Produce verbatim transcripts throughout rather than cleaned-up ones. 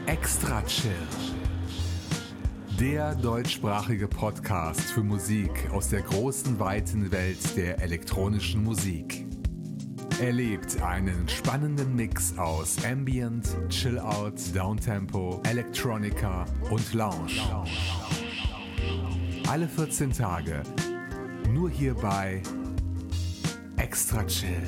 Extra Chill. Der deutschsprachige Podcast für Musik aus der großen, weiten Welt der elektronischen Musik. Erlebt einen spannenden Mix aus Ambient, Chill-Out, Downtempo, Electronica und Lounge. Alle vierzehn Tage, nur hier bei Extra Chill.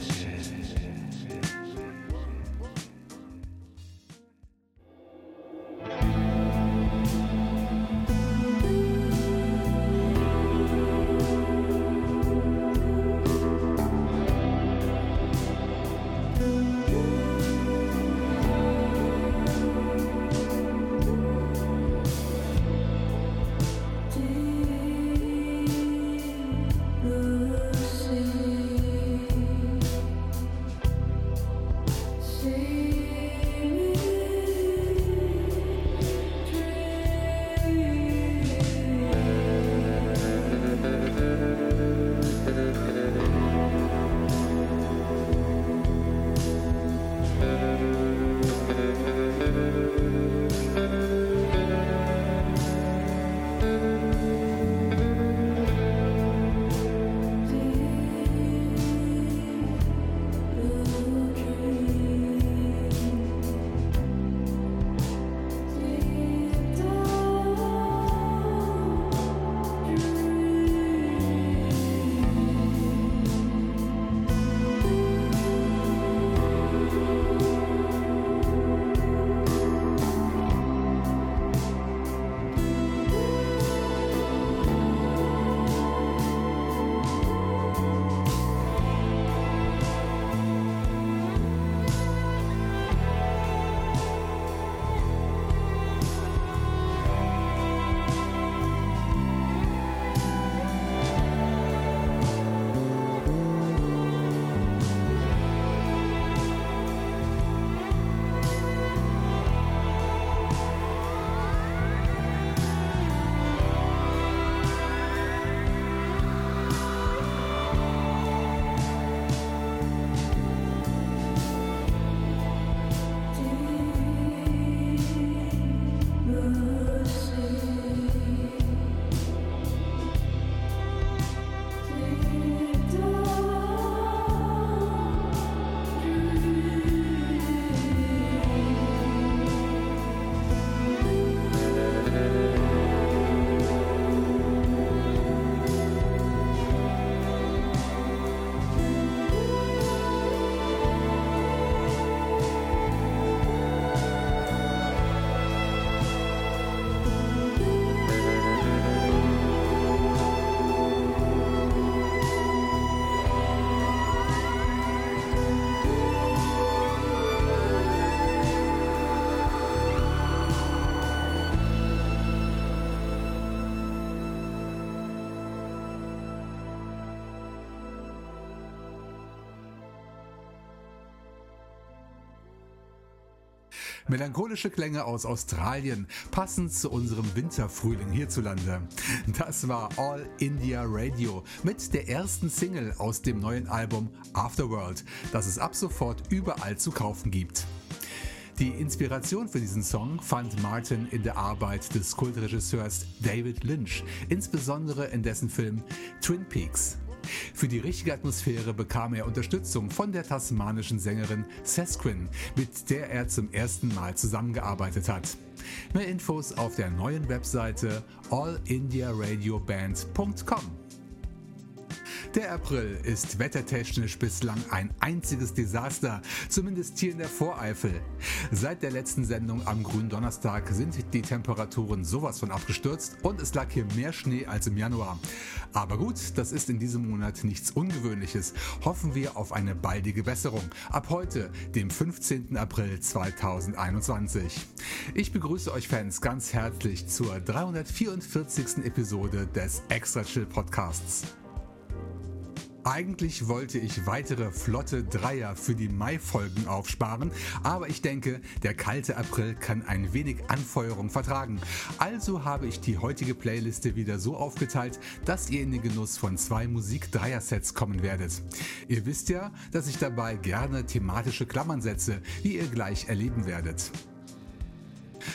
Melancholische Klänge aus Australien, passend zu unserem Winterfrühling hierzulande. Das war All India Radio mit der ersten Single aus dem neuen Album Afterworld, das es ab sofort überall zu kaufen gibt. Die Inspiration für diesen Song fand Martin in der Arbeit des Kultregisseurs David Lynch, insbesondere in dessen Film Twin Peaks. Für die richtige Atmosphäre bekam er Unterstützung von der tasmanischen Sängerin Sesquin, mit der er zum ersten Mal zusammengearbeitet hat. Mehr Infos auf der neuen Webseite all india radio band punkt com. Der April ist wettertechnisch bislang ein einziges Desaster, zumindest hier in der Voreifel. Seit der letzten Sendung am Gründonnerstag sind die Temperaturen sowas von abgestürzt und es lag hier mehr Schnee als im Januar. Aber gut, das ist in diesem Monat nichts Ungewöhnliches. Hoffen wir auf eine baldige Besserung. Ab heute, dem fünfzehnten April zweitausendeinundzwanzig. Ich begrüße euch Fans ganz herzlich zur dreihundertvierundvierzigsten Episode des Extra Chill Podcasts. Eigentlich wollte ich weitere flotte Dreier für die Mai-Folgen aufsparen, aber ich denke, der kalte April kann ein wenig Anfeuerung vertragen. Also habe ich die heutige Playliste wieder so aufgeteilt, dass ihr in den Genuss von zwei Musik-Dreier-Sets kommen werdet. Ihr wisst ja, dass ich dabei gerne thematische Klammern setze, wie ihr gleich erleben werdet.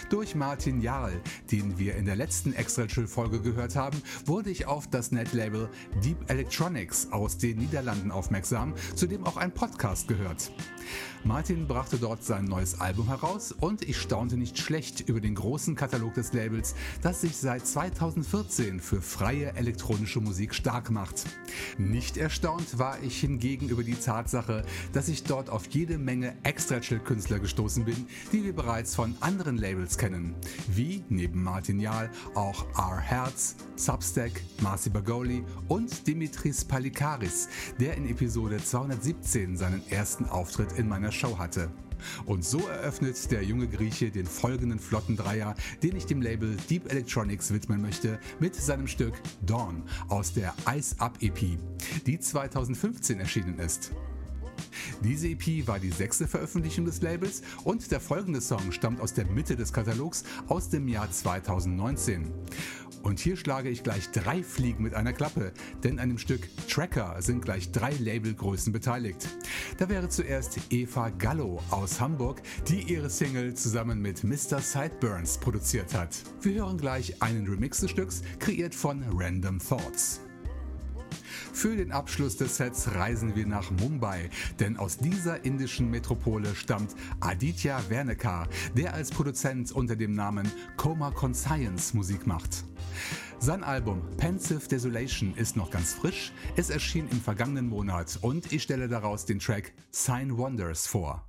Durch Martin Jarl, den wir in der letzten Extra Chill Folge gehört haben, wurde ich auf das Netlabel Deep Electronics aus den Niederlanden aufmerksam, zu dem auch ein Podcast gehört. Martin brachte dort sein neues Album heraus und ich staunte nicht schlecht über den großen Katalog des Labels, das sich seit zweitausendvierzehn für freie elektronische Musik stark macht. Nicht erstaunt war ich hingegen über die Tatsache, dass ich dort auf jede Menge Extra-Chill-Künstler gestoßen bin, die wir bereits von anderen Labels kennen, wie neben Martin Jarl auch R. Herz, Substack, Marci Bagoli und Dimitris Palikaris, der in Episode zweihundertsiebzehn seinen ersten Auftritt in meiner Show hatte. Und so eröffnet der junge Grieche den folgenden flotten Dreier, den ich dem Label Deep Electronics widmen möchte, mit seinem Stück Dawn aus der Ice Up E P, die zweitausendfünfzehn erschienen ist. Diese E P war die sechste Veröffentlichung des Labels und der folgende Song stammt aus der Mitte des Katalogs aus dem Jahr zweitausendneunzehn. Und hier schlage ich gleich drei Fliegen mit einer Klappe, denn an dem Stück Tracker sind gleich drei Labelgrößen beteiligt. Da wäre zuerst Eva Gallo aus Hamburg, die ihre Single zusammen mit Mister Sideburns produziert hat. Wir hören gleich einen Remix des Stücks, kreiert von Random Thoughts. Für den Abschluss des Sets reisen wir nach Mumbai, denn aus dieser indischen Metropole stammt Aditya Wernekar, der als Produzent unter dem Namen Coma Conscience Musik macht. Sein Album Pensive Desolation ist noch ganz frisch, es erschien im vergangenen Monat und ich stelle daraus den Track Sign Wonders vor.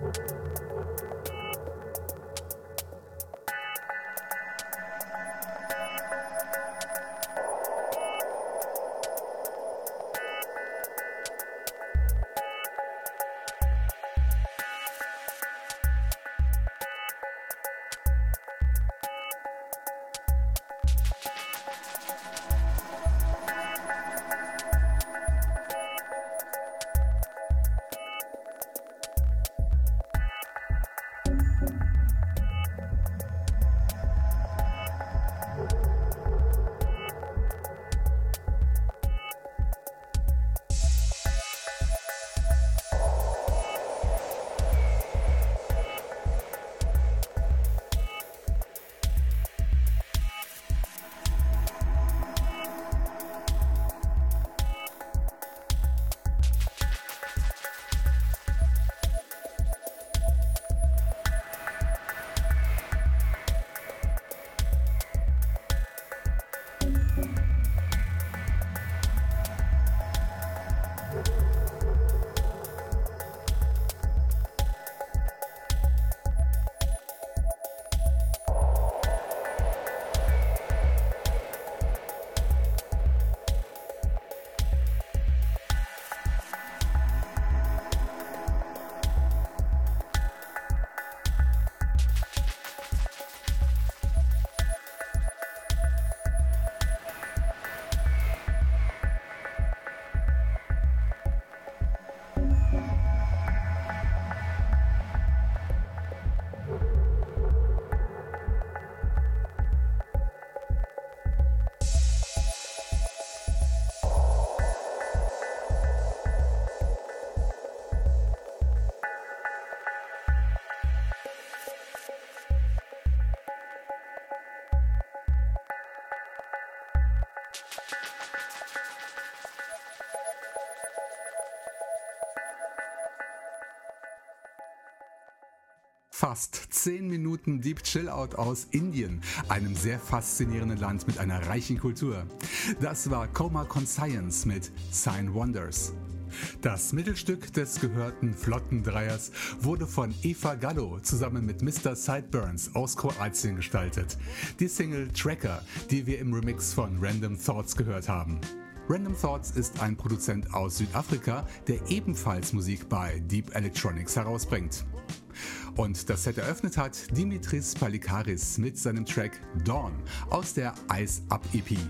Fast zehn Minuten Deep Chill Out aus Indien, einem sehr faszinierenden Land mit einer reichen Kultur. Das war Coma Conscience mit Sign Wonders. Das Mittelstück des gehörten flotten Dreiers wurde von Eva Gallo zusammen mit Mister Sideburns aus Kroatien gestaltet. Die Single Tracker, die wir im Remix von Random Thoughts gehört haben. Random Thoughts ist ein Produzent aus Südafrika, der ebenfalls Musik bei Deep Electronics herausbringt. Und das Set eröffnet hat Dimitris Palikaris mit seinem Track Dawn aus der Eyes Up E P.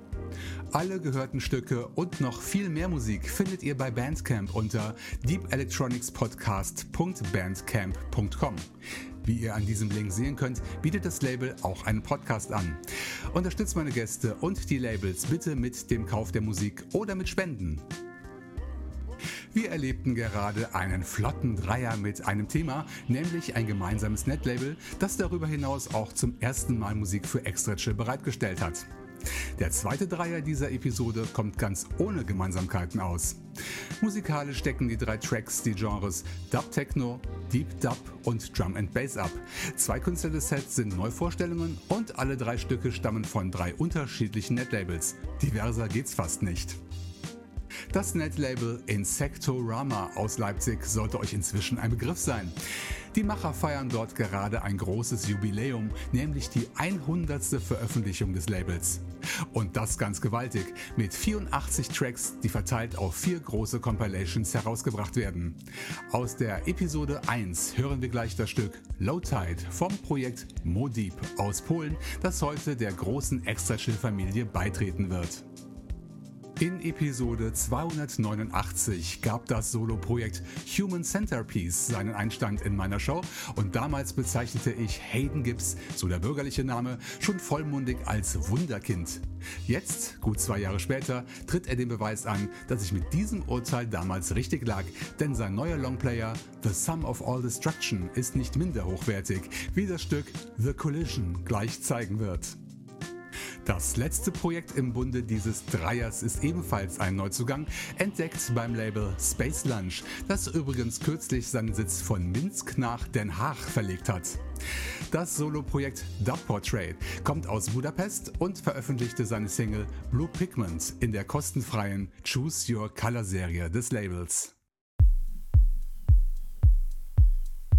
Alle gehörten Stücke und noch viel mehr Musik findet ihr bei Bandcamp unter deep electronics podcast punkt bandcamp punkt com. Wie ihr an diesem Link sehen könnt, bietet das Label auch einen Podcast an. Unterstützt meine Gäste und die Labels bitte mit dem Kauf der Musik oder mit Spenden. Wir erlebten gerade einen flotten Dreier mit einem Thema, nämlich ein gemeinsames Netlabel, das darüber hinaus auch zum ersten Mal Musik für Extra Chill bereitgestellt hat. Der zweite Dreier dieser Episode kommt ganz ohne Gemeinsamkeiten aus. Musikalisch decken die drei Tracks die Genres Dub Techno, Deep Dub und Drum and Bass ab. Zwei Künstler des Sets sind Neuvorstellungen und alle drei Stücke stammen von drei unterschiedlichen Netlabels. Diverser geht's fast nicht. Das Netlabel Insectorama aus Leipzig sollte euch inzwischen ein Begriff sein. Die Macher feiern dort gerade ein großes Jubiläum, nämlich die hundertste Veröffentlichung des Labels. Und das ganz gewaltig, mit vierundachtzig Tracks, die verteilt auf vier große Compilations herausgebracht werden. Aus der Episode eins hören wir gleich das Stück Low Tide vom Projekt Modip aus Polen, das heute der großen Extra-Chill-Familie beitreten wird. In Episode zweihundertneunundachtzig gab das Solo-Projekt Human Centerpiece seinen Einstand in meiner Show und damals bezeichnete ich Hayden Gibbs, so der bürgerliche Name, schon vollmundig als Wunderkind. Jetzt, gut zwei Jahre später, tritt er den Beweis an, dass ich mit diesem Urteil damals richtig lag, denn sein neuer Longplayer The Sum of All Destruction ist nicht minder hochwertig, wie das Stück The Collision gleich zeigen wird. Das letzte Projekt im Bunde dieses Dreiers ist ebenfalls ein Neuzugang, entdeckt beim Label Space Lunch, das übrigens kürzlich seinen Sitz von Minsk nach Den Haag verlegt hat. Das Solo-Projekt Dub Portrait kommt aus Budapest und veröffentlichte seine Single Blue Pigment in der kostenfreien Choose Your Color Serie des Labels.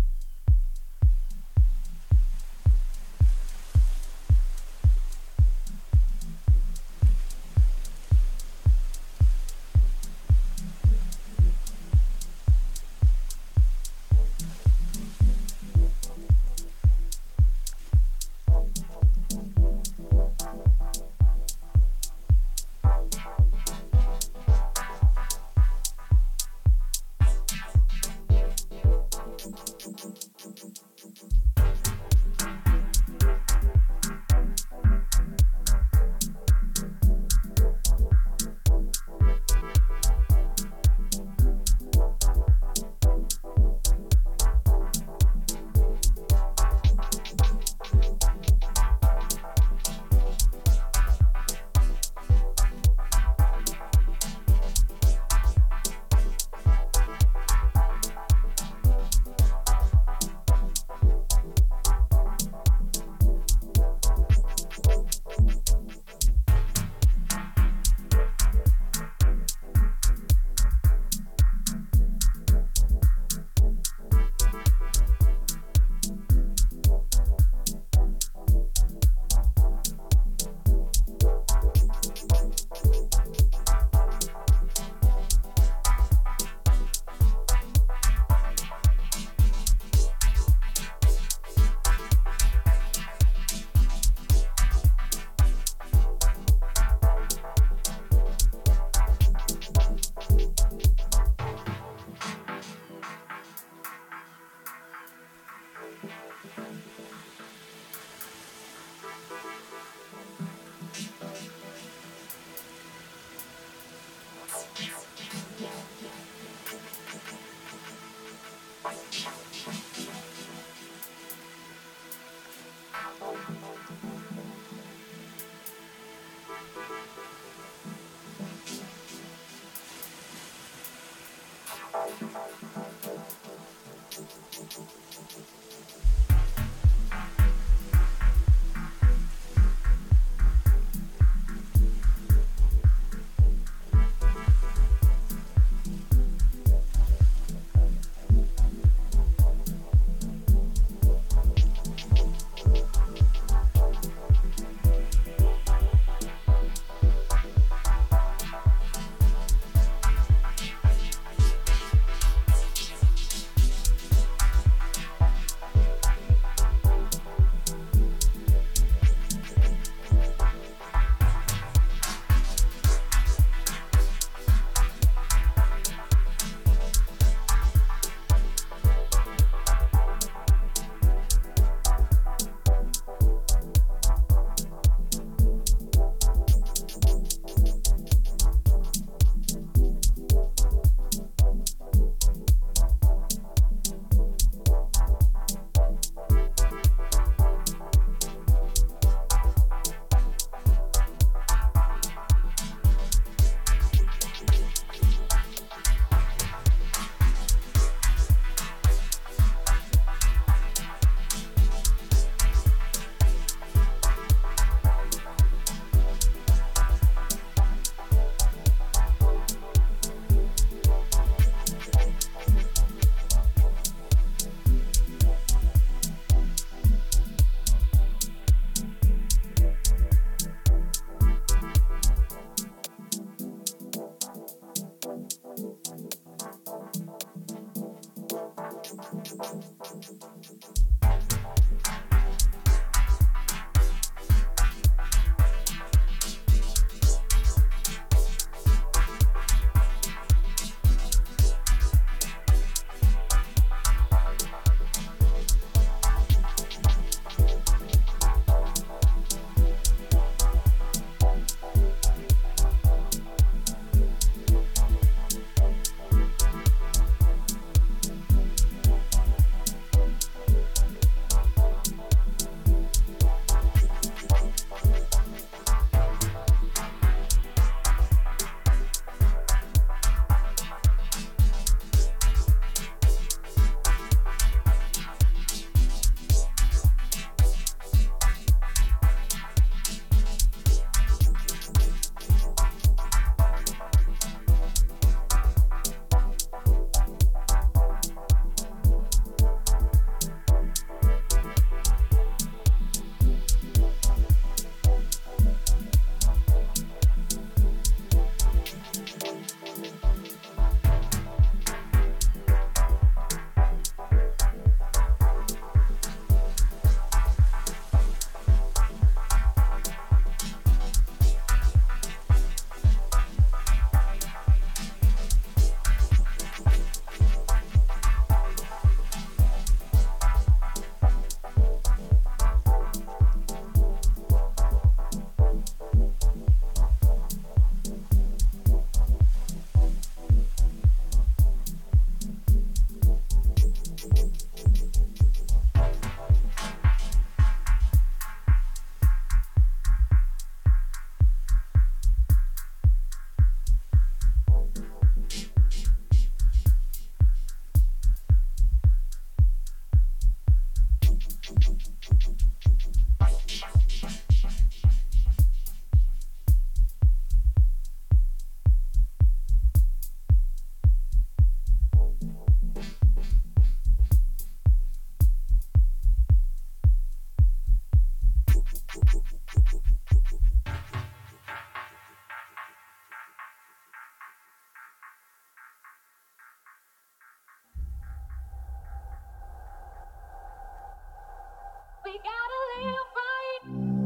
We gotta live right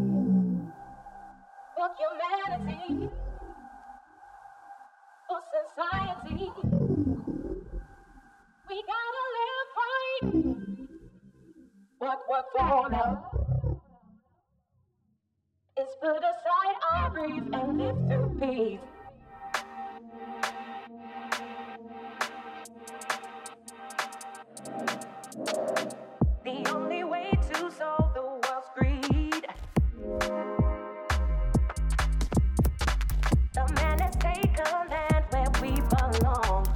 for humanity, for society. We gotta live right. What we're gonna is put aside our grief and live through peace. The only way to solve the world's greed. The man has taken land where we belong.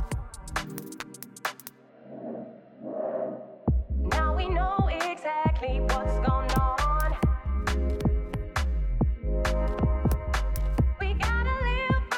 Now we know exactly what's going on. We gotta live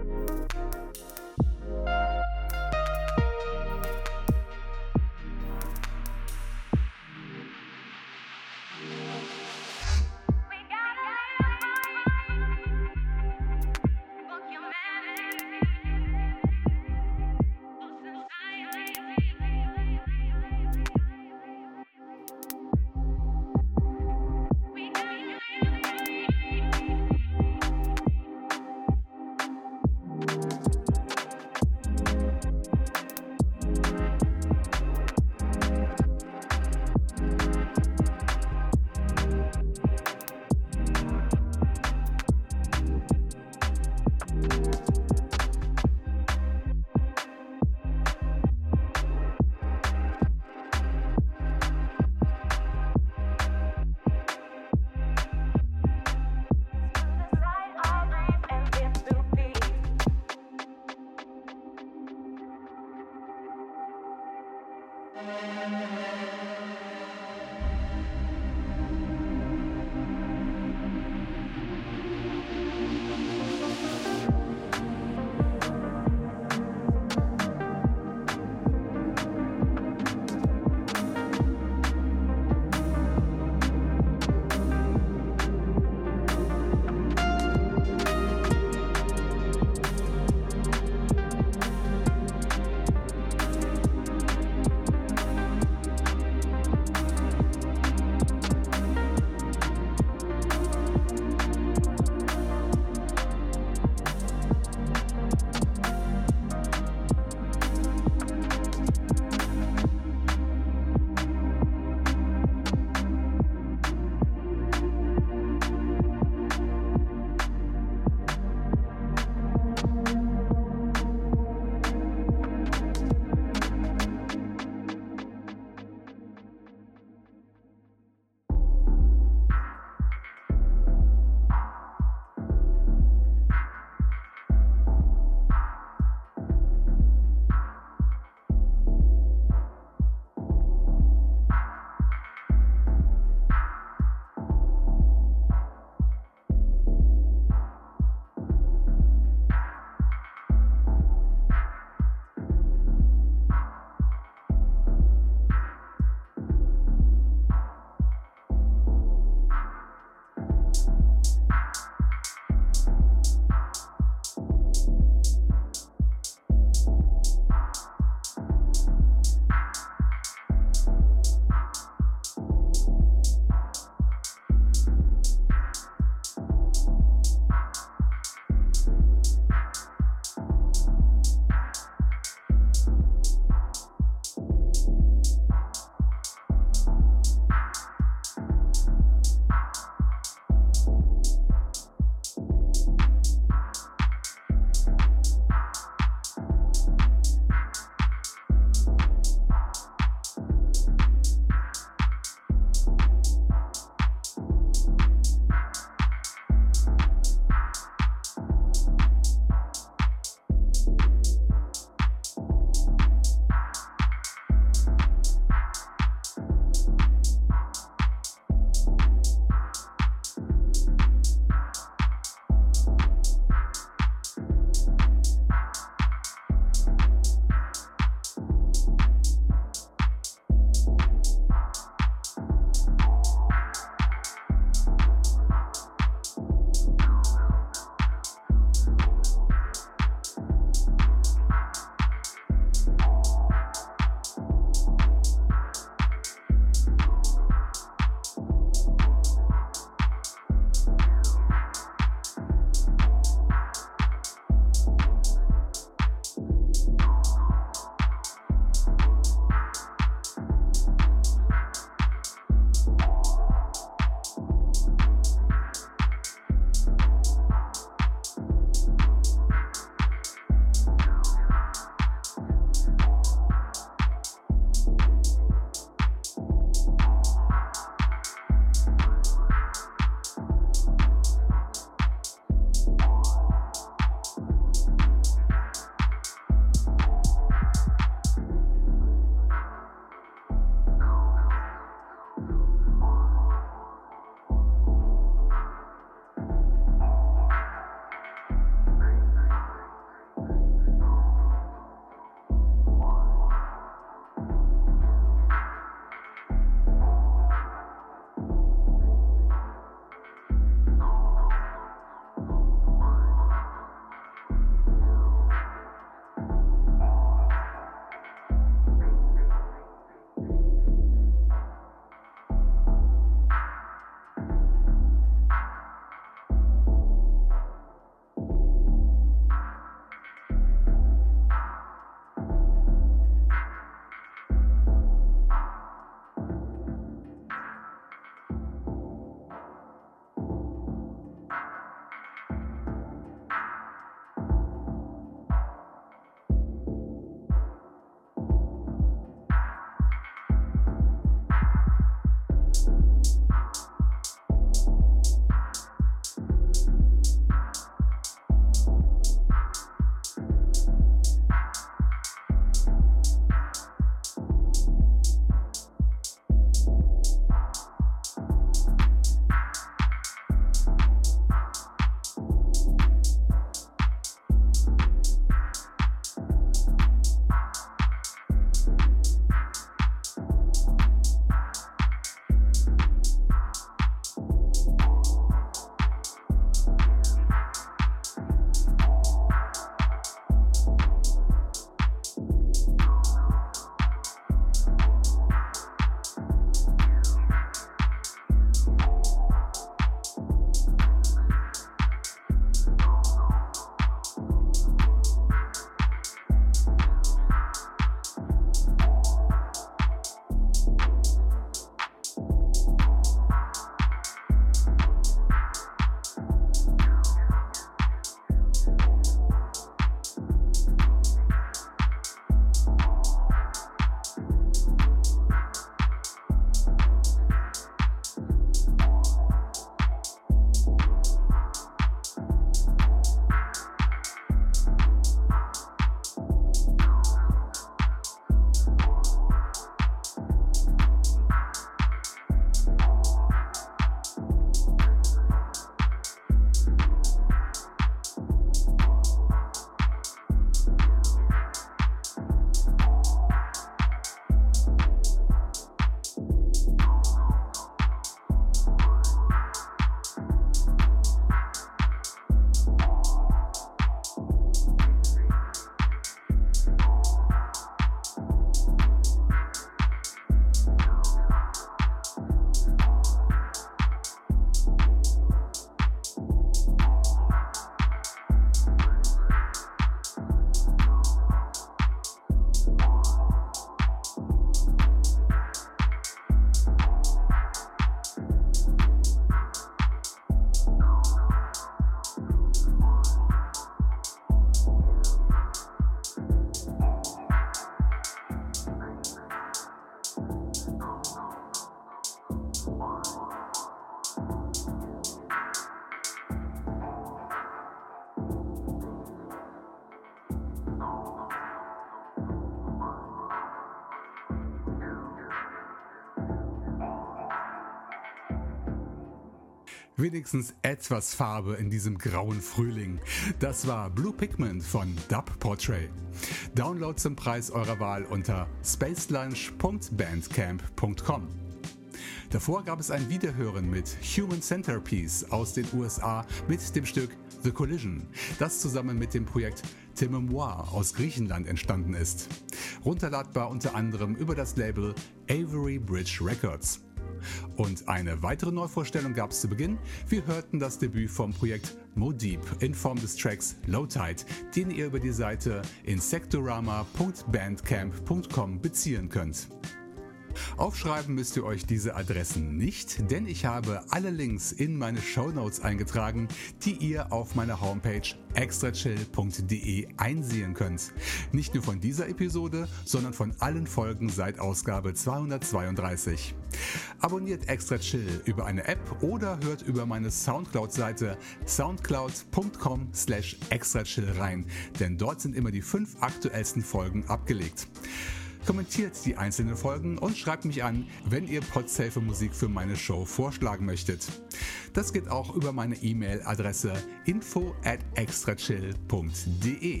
Wenigstens etwas Farbe in diesem grauen Frühling. Das war Blue Pigment von Dub Portrait. Download zum Preis eurer Wahl unter spacelunch punkt bandcamp punkt com. Davor gab es ein Wiederhören mit Human Centerpiece aus den U S A mit dem Stück The Collision, das zusammen mit dem Projekt Tememoir aus Griechenland entstanden ist. Runterladbar unter anderem über das Label Avery Bridge Records. Und eine weitere Neuvorstellung gab es zu Beginn. Wir hörten das Debüt vom Projekt Modeep in Form des Tracks Low Tide, den ihr über die Seite insectorama punkt bandcamp punkt com beziehen könnt. Aufschreiben müsst ihr euch diese Adressen nicht, denn ich habe alle Links in meine Shownotes eingetragen, die ihr auf meiner Homepage extrachill punkt de einsehen könnt. Nicht nur von dieser Episode, sondern von allen Folgen seit Ausgabe zweihundertzweiunddreißig. Abonniert Extra Chill über eine App oder hört über meine Soundcloud-Seite soundcloud punkt com slash extrachill rein, denn dort sind immer die fünf aktuellsten Folgen abgelegt. Kommentiert die einzelnen Folgen und schreibt mich an, wenn ihr Podsafe Musik für meine Show vorschlagen möchtet. Das geht auch über meine E-Mail-Adresse info at extrachill punkt de.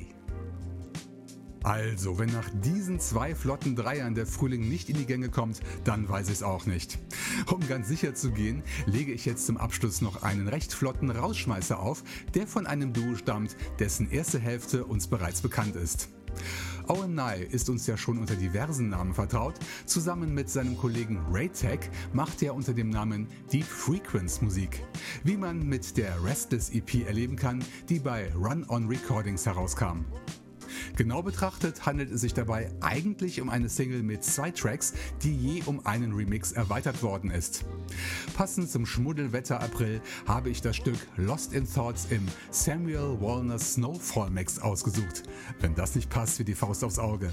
Also, wenn nach diesen zwei flotten Dreiern der Frühling nicht in die Gänge kommt, dann weiß ich es auch nicht. Um ganz sicher zu gehen, lege ich jetzt zum Abschluss noch einen recht flotten Rausschmeißer auf, der von einem Duo stammt, dessen erste Hälfte uns bereits bekannt ist. Owen Nye ist uns ja schon unter diversen Namen vertraut. Zusammen mit seinem Kollegen Raytech macht er unter dem Namen Deep Frequenz Musik. Wie man mit der Restless E P erleben kann, die bei Run On Recordings herauskam. Genau betrachtet handelt es sich dabei eigentlich um eine Single mit zwei Tracks, die je um einen Remix erweitert worden ist. Passend zum Schmuddelwetter April habe ich das Stück Lost in Thoughts im Samuel Walner Snowfall Mix ausgesucht. Wenn das nicht passt wie die Faust aufs Auge.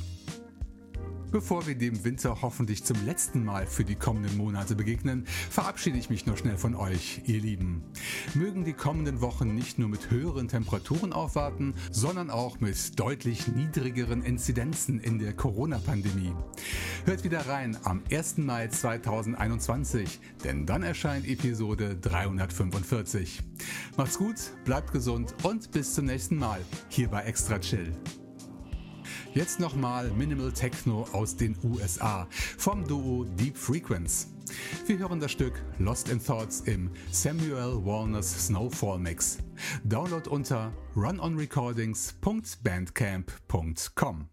Bevor wir dem Winter hoffentlich zum letzten Mal für die kommenden Monate begegnen, verabschiede ich mich noch schnell von euch, ihr Lieben. Mögen die kommenden Wochen nicht nur mit höheren Temperaturen aufwarten, sondern auch mit deutlich niedrigeren Inzidenzen in der Corona-Pandemie. Hört wieder rein am ersten Mai zweitausendeinundzwanzig, denn dann erscheint Episode dreihundertfünfundvierzig. Macht's gut, bleibt gesund und bis zum nächsten Mal hier bei Extra Chill. Jetzt nochmal Minimal Techno aus den U S A vom Duo Deep Frequenz. Wir hören das Stück Lost in Thoughts im Samuel Walners Snowfall Mix. Download unter run on recordings punkt bandcamp punkt com.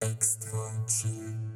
Extra chill.